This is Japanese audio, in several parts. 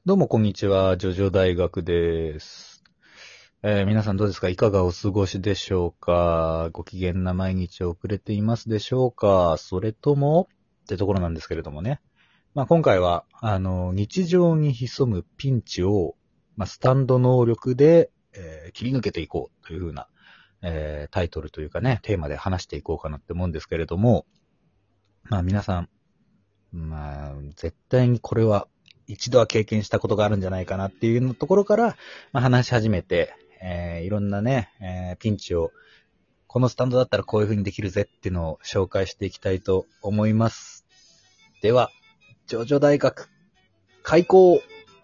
どうもこんにちは、ジョジョ大学です。皆さんどうですか？いかがお過ごしでしょうか？ご機嫌な毎日を送れていますでしょうか？それともってところなんですけれどもね。今回は、日常に潜むピンチを、スタンド能力で、切り抜けていこうというふうな、タイトルというかね、テーマで話していこうかなって思うんですけれども、皆さん、絶対にこれは一度は経験したことがあるんじゃないかなっていうところから、話し始めて、いろんなね、ピンチを、このスタンドだったらこういう風にできるぜっていうのを紹介していきたいと思います。では、ジョジョ大学、開校。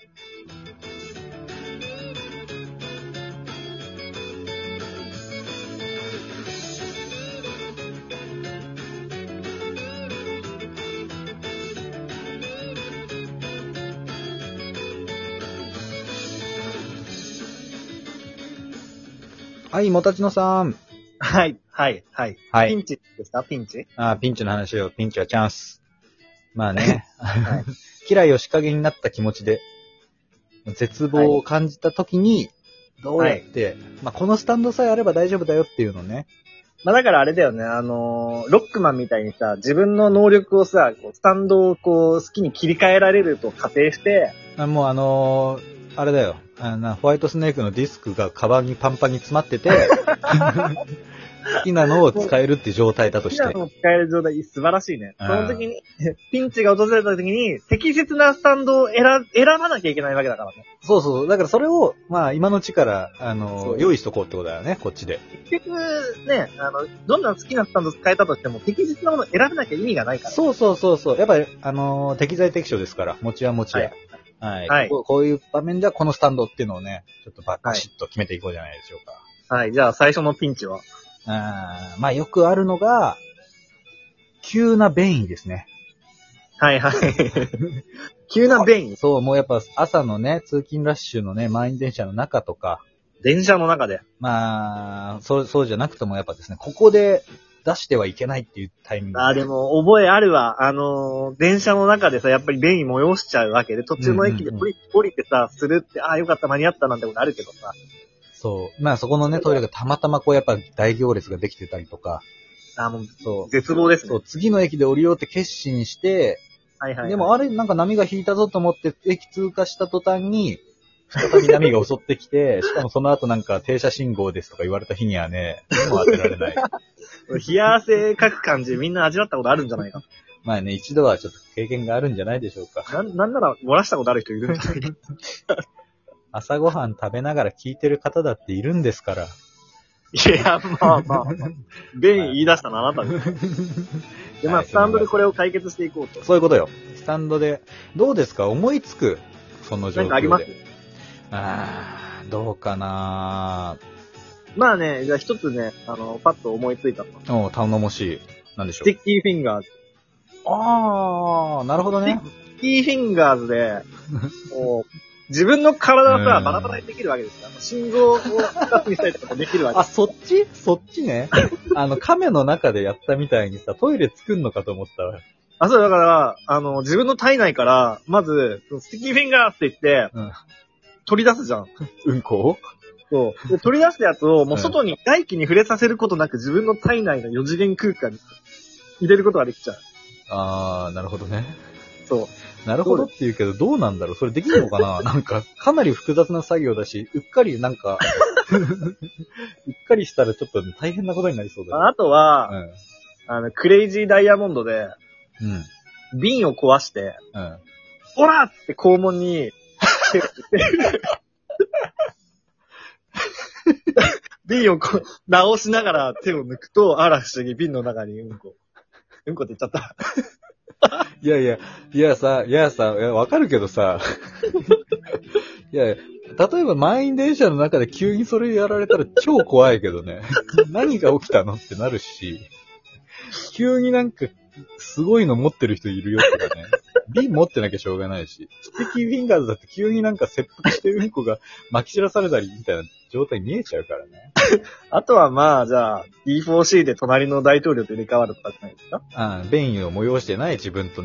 はい、もたちのさん。 はい。 はい。 ピンチですか？ピンチピンチの話を、ピンチはチャンス。はい、嫌いを仕掛けになった気持ちで、絶望を感じたときに、どうやって、このスタンドさえあれば大丈夫だよっていうのね。 だからあれだよね、ロックマンみたいにさ、自分の能力をさ、スタンドを好きに切り替えられると仮定して、 もうあれだよ。ホワイトスネークのディスクがカバンにパンパンに詰まってて、好きなのを使えるって状態だとして。 好きなのを使える状態、素晴らしいね。その時に、ピンチが訪れた時に、適切なスタンドを選ばなきゃいけないわけだからね。 そう。だからそれを、今のうちから、用意しとこうってことだよね、こっちで。 結局、ね、どんな好きなスタンド使えたとしても、適切なものを選べなきゃ意味がないから。 そう。やっぱり、適材適所ですから、持ちは。はい。こういう場面ではこのスタンドっていうのをね、ちょっとバシッと決めていこうじゃないでしょうか。 はい。じゃあ最初のピンチはよくあるのが、急な便意ですね。 はい。急な便意。 そう、もうやっぱ朝のね、通勤ラッシュのね、満員電車の中とか。 電車の中で。 そうじゃなくてもやっぱですね、ここで出してはいけないっていうタイミング。 でも、覚えあるわ。電車の中でさ、やっぱり便意催しちゃうわけで、途中の駅で降りてさ、するって、よかった、間に合ったなんてことあるけどさ。 そう。そこのね、トイレがたまたまやっぱ大行列ができてたりとか。 もう、そう。絶望ですね。 そう、次の駅で降りようって決心して、でもなんか波が引いたぞと思って駅通過した途端に、再び波が襲ってきて、しかもその後なんか停車信号ですとか言われた日にはね、もう当てられない。 冷や汗かく感じみんな味わったことあるんじゃないか。 一度はちょっと経験があるんじゃないでしょうか。 なんなら漏らしたことある人いるんじゃないか。 朝ごはん食べながら聞いてる方だっているんですから。 いや、便意言い出したのあなたです。で、スタンドでこれを解決していこうと。 そういうことよ。スタンドで。どうですか？思いつくその状況で。 何かあります？ どうかな。 じゃあ一つね、パッと思いついたの。頼もしい。なんでしょう。 スティッキーフィンガーズ。 なるほどね。 スティッキーフィンガーズで、自分の体をさ、バラバラにできるわけですよ。心臓を二つにしたりとかできるわけ。 そっちね。亀の中でやったみたいにさ、トイレ作んのかと思ったわ。 そう、だから、自分の体内から、まず、スティッキーフィンガーって言って、取り出すじゃん。 うんこ？ そう。で、取り出したやつを、もう外に、外気に触れさせることなく自分の体内の4次元空間に入れることができちゃう。 なるほどね。 そう。 なるほどって言うけど、どうなんだろう？それできるのかな？なんか、かなり複雑な作業だし、うっかりしたらちょっと大変なことになりそうだね。 あとは、クレイジーダイヤモンドで、瓶を壊して、オラって肛門に、瓶を直しながら手を抜くと、不思議、瓶の中にうんこって言っちゃった。 いや、わかるけどさ。例えば満員電車の中で急にそれやられたら超怖いけどね。何が起きたのってなるし、急になんか、すごいの持ってる人いるよとかね。瓶持ってなきゃしょうがないし、スティッキーフィンガーズだって急になんか切腹してうんこが撒き散らされたりみたいな状態見えちゃうからね。 あとはじゃあ、D4C で隣の大統領と入れ替わるとかじゃないですか？ 便意を催してない自分とね。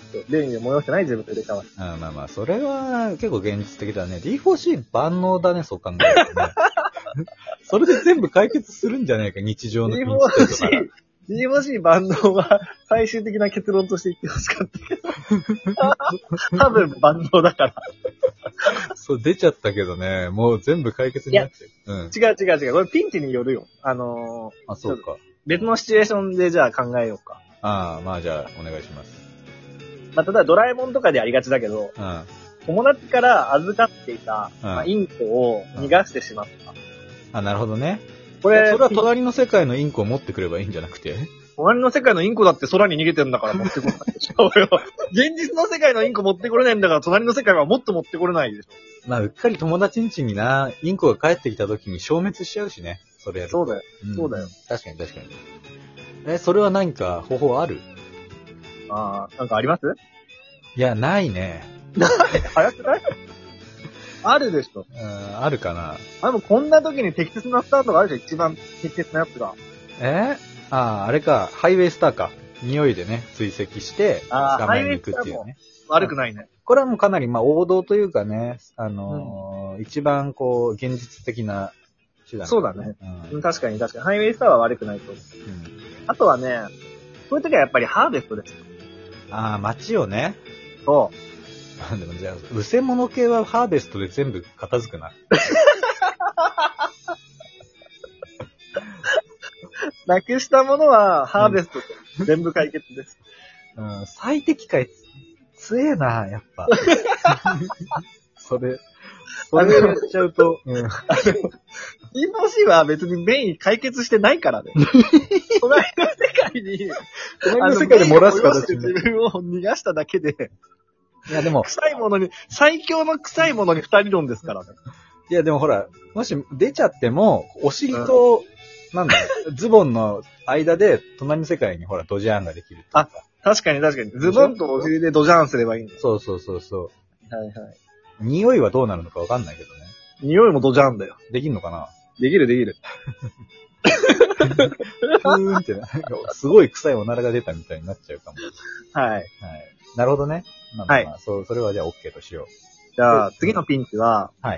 便意を催してない自分と入れ替わる。 まあまあ、それは結構現実的だね。D4C 万能だね、そう考えるとね。それで全部解決するんじゃないか、日常のピンチってとかな。 D4C 万能は最終的な結論として言ってほしかったけど。多分万能だから。 そう、出ちゃったけどね、もう全部解決になっちゃう。うん。 違う。これピンチによるよ。 あ、そうか。 別のシチュエーションでじゃあ考えようか。 まあじゃあ、お願いします。 まあ、例えばドラえもんとかでありがちだけど、 うん。 友達から預かっていた、 うんまあ、インコを逃がしてしまった。 なるほどね。 これ、 それは隣の世界のインコを持ってくればいいんじゃなくて隣の世界のインコだって空に逃げてんだから持ってこれないでしょよ。現実の世界のインコ持ってこれないんだから隣の世界はもっと持ってこれないでしょ。 まあ、うっかり友達ん家にな、インコが帰ってきた時に消滅しちゃうしね。それやると。 そうだよ。そうだよ。 確かに。それは何か方法ある？ なんかあります？ いや、ないね。 早くない？あるでしょ。 あるかな。 でもこんな時に適切なスタートがあるでしょ、一番適切なやつが。 あれか、ハイウェイスターか。匂いでね、追跡して、捕まえに行くっていうね。 悪くないね。 これはもうかなり、王道というかね、一番現実的な手段、 そうだね。確かに。ハイウェイスターは悪くないと思う。あとはね、そういう時はやっぱりハーベストです。 街をね。 そう。 でもじゃあ、うせ物系はハーベストで全部片付くな。 なくしたものはハーベストで全部解決です。 最適解、強えな、やっぱ。それやっちゃうと。 D4C は別にメイン解決してないからね。隣の世界に、 で漏らす形で自分を逃がしただけで。 いやでも、 最強の臭いものに二人論ですからね。 いやでもほら、もし出ちゃっても、お尻と、ズボンの間で、隣の世界にほら、ドジャーンができる。 確かに。ズボンとお尻でドジャーンすればいいんだ。 そう。 はい。 匂いはどうなるのかわかんないけどね。 匂いもドジャーンだよ。 できんのかな？ できる。 ふーんって、すごい臭いおならが出たみたいになっちゃうかも。 はい。 なるほどね。 はい。 それはじゃあ OK としよう。 じゃあ、次のピンチは、 はい。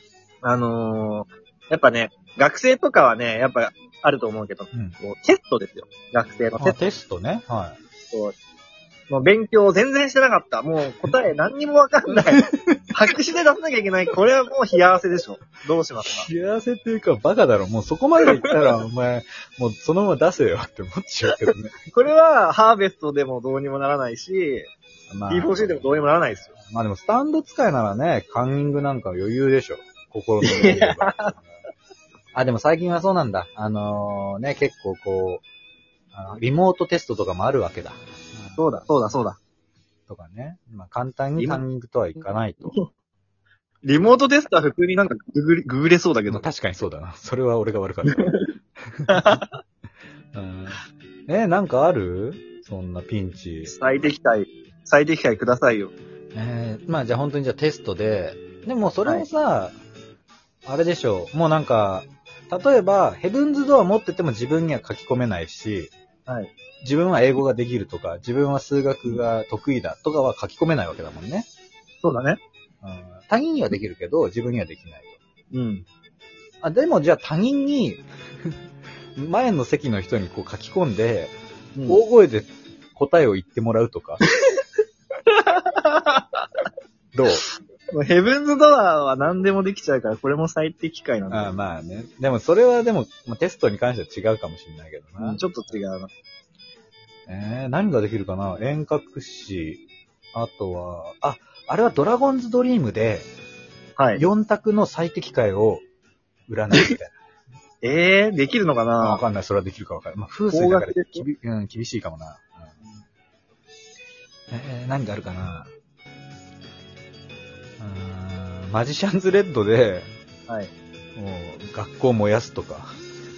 やっぱね、学生とかはね、やっぱあると思うけど、テストですよ。学生のテスト。 テストね。はい。 もう勉強全然してなかった。もう答え何にもわかんない。白紙で出さなきゃいけない。これはもう冷や汗でしょ。どうしますか？ 冷や汗っていうかバカだろ。もうそこまで言ったら、お前、もうそのまま出せよって思っちゃうけどね。 これはハーベストでもどうにもならないし、D4C でもどうにもならないですよ。 でもスタンド使いならね、カンニングなんか余裕でしょ。心の余裕が。でも最近はそうなんだ。結構リモートテストとかもあるわけだ。 そうだ。 とかね。簡単にカンニングとはいかないと。 リモートテストは普通になんかググれそうだけど。 確かにそうだな。それは俺が悪かった。なんかある？そんなピンチ。 最適解くださいよ。 じゃあ本当にテストで、でもそれもさ、あれでしょう。もうなんか、例えば、ヘブンズドアー持ってても自分には書き込めないし、自分は英語ができるとか、自分は数学が得意だとかは書き込めないわけだもんね。 そうだね。 他人にはできるけど、自分にはできないと。でもじゃあ他人に、前の席の人に書き込んで、大声で答えを言ってもらうとか。どう？ ヘブンズドアーは何でもできちゃうから、これも最適解なんだ。 まあね。でもそれはテストに関しては違うかもしれないけどな。 ちょっと違うな。 何ができるかな？遠隔視。あとは、あれはドラゴンズドリームで、4択の最適解を占うみたいな。 できるのかな？ わかんない。それはできるかわかんない。風水だから厳しいかもな。何があるかな？マジシャンズレッドで、もう学校燃やすとか。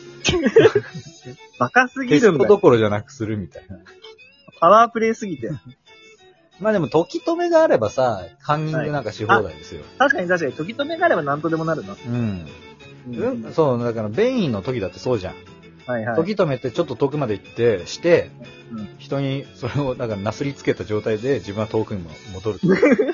バカすぎるんだよ。 テストどころじゃなくするみたいな。 パワープレイすぎて。 でも、時止めがあればさ、カンニングなんかし放題ですよ。 確かに、時止めがあれば何とでもなるな。 そう、だから、便意の時だってそうじゃん。 はいはい。 時止めてちょっと遠くまで行って、して、 うん、 人にそれをなんかなすりつけた状態で自分は遠くにも戻る。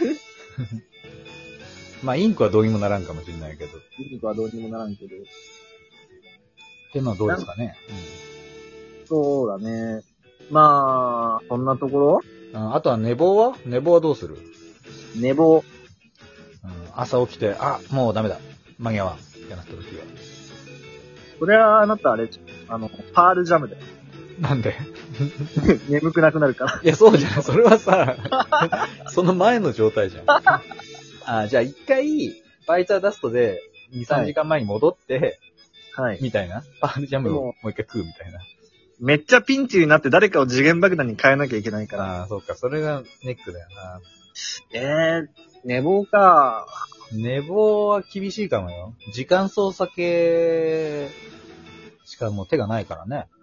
まあ、インコはどうにもならんかもしれないけど。 インコはどうにもならんけど。 っていうのはどうですかね。 そうだね。まあ、そんなところあとは寝坊はどうする？ 寝坊。 朝起きて、あ、もうダメだ。間に合わん。ってなった時は。 それはあなたあれ、パールジャムだよ。 なんで？ 眠くなくなるから。 いや、そうじゃん。それはさ、その前の状態じゃん。じゃあ一回、バイターダストで2、3時間前に戻って、 はい。 みたいな。パールジャムをもう一回食うみたいな。 めっちゃピンチになって誰かを次元爆弾に変えなきゃいけないから。 ああ、そうか。それがネックだよな。 寝坊か。 寝坊は厳しいかもよ。時間操作系しかもう手がないからね。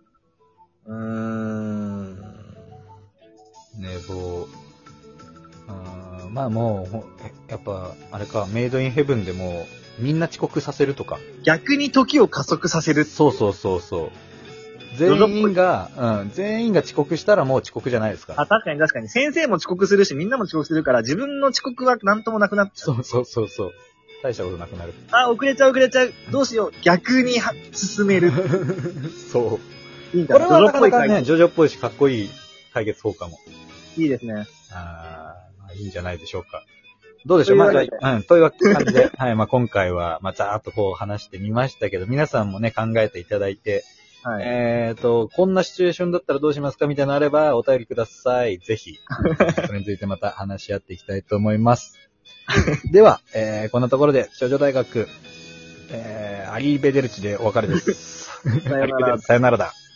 寝坊。まあもう、やっぱ、あれか、メイドインヘブンでも、みんな遅刻させるとか。 逆に時を加速させる。 そうそうそうそう。全員が遅刻したらもう遅刻じゃないですか。 確かに確かに。先生も遅刻するし、みんなも遅刻するから、自分の遅刻はなんともなくなっちゃう。 そうそうそう。大したことなくなる。 遅れちゃう。どうしよう。逆に進める。 そう。 いいんだ。 これはなかなかね、ジョジョっぽいし、かっこいい解決法かも。 いいですね。 いいんじゃないでしょうか。どうでしょう。まあ、じゃあ、というわけで、はい、まあ今回は、まあざーっとこう話してみましたけど、皆さんもね、考えていただいて、はい、こんなシチュエーションだったらどうしますかみたいなのあれば、お便りください。ぜひ。それについてまた話し合っていきたいと思います。では、こんなところで、少女大学、アリーベデルチでお別れです。 さよなら。 さよならだ。